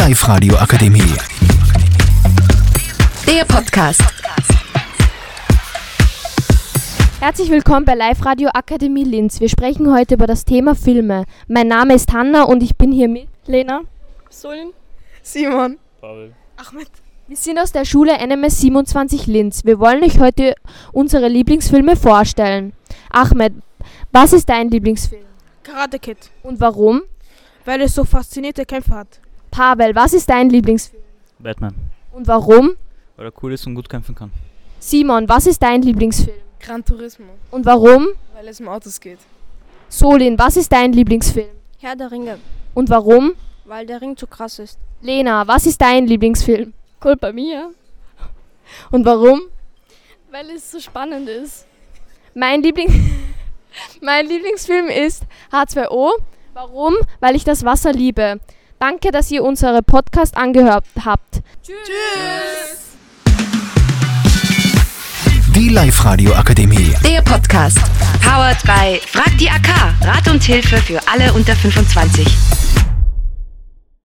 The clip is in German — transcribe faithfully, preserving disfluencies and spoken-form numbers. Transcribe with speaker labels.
Speaker 1: Live-Radio Akademie.
Speaker 2: Der Podcast.
Speaker 3: Herzlich willkommen bei Live-Radio Akademie Linz. Wir sprechen heute über das Thema Filme. Mein Name ist Hanna und ich bin hier mit
Speaker 4: Lena, Solin, Simon,
Speaker 5: Pavel,
Speaker 4: Ahmed.
Speaker 3: Wir sind aus der Schule N M S siebenundzwanzig Linz. Wir wollen euch heute unsere Lieblingsfilme vorstellen. Ahmed, was ist dein Lieblingsfilm?
Speaker 4: Karate Kid,
Speaker 3: Und warum?
Speaker 4: weil es so faszinierte Kämpfe hat.
Speaker 3: Pavel, was ist dein Lieblingsfilm?
Speaker 5: Batman,
Speaker 3: Und warum?
Speaker 5: weil er cool ist und gut kämpfen kann.
Speaker 3: Simon, was ist dein Lieblingsfilm?
Speaker 4: Gran Turismo,
Speaker 3: Und warum?
Speaker 4: weil es um Autos geht.
Speaker 3: Solin, was ist dein Lieblingsfilm?
Speaker 6: Herr der Ringe,
Speaker 3: Und warum?
Speaker 6: weil der Ring zu krass ist.
Speaker 3: Lena, was ist dein Lieblingsfilm?
Speaker 6: Culpa Mia,
Speaker 3: Und warum?
Speaker 6: weil es so spannend ist.
Speaker 3: Mein, Liebling mein Lieblingsfilm ist H zwei O. Warum? Weil ich das Wasser liebe. Danke, dass ihr unsere Podcast angehört habt.
Speaker 1: Die Live-Radio Akademie.
Speaker 2: Der Podcast. Powered by Frag die A K. Rat und Hilfe für alle unter fünfundzwanzig.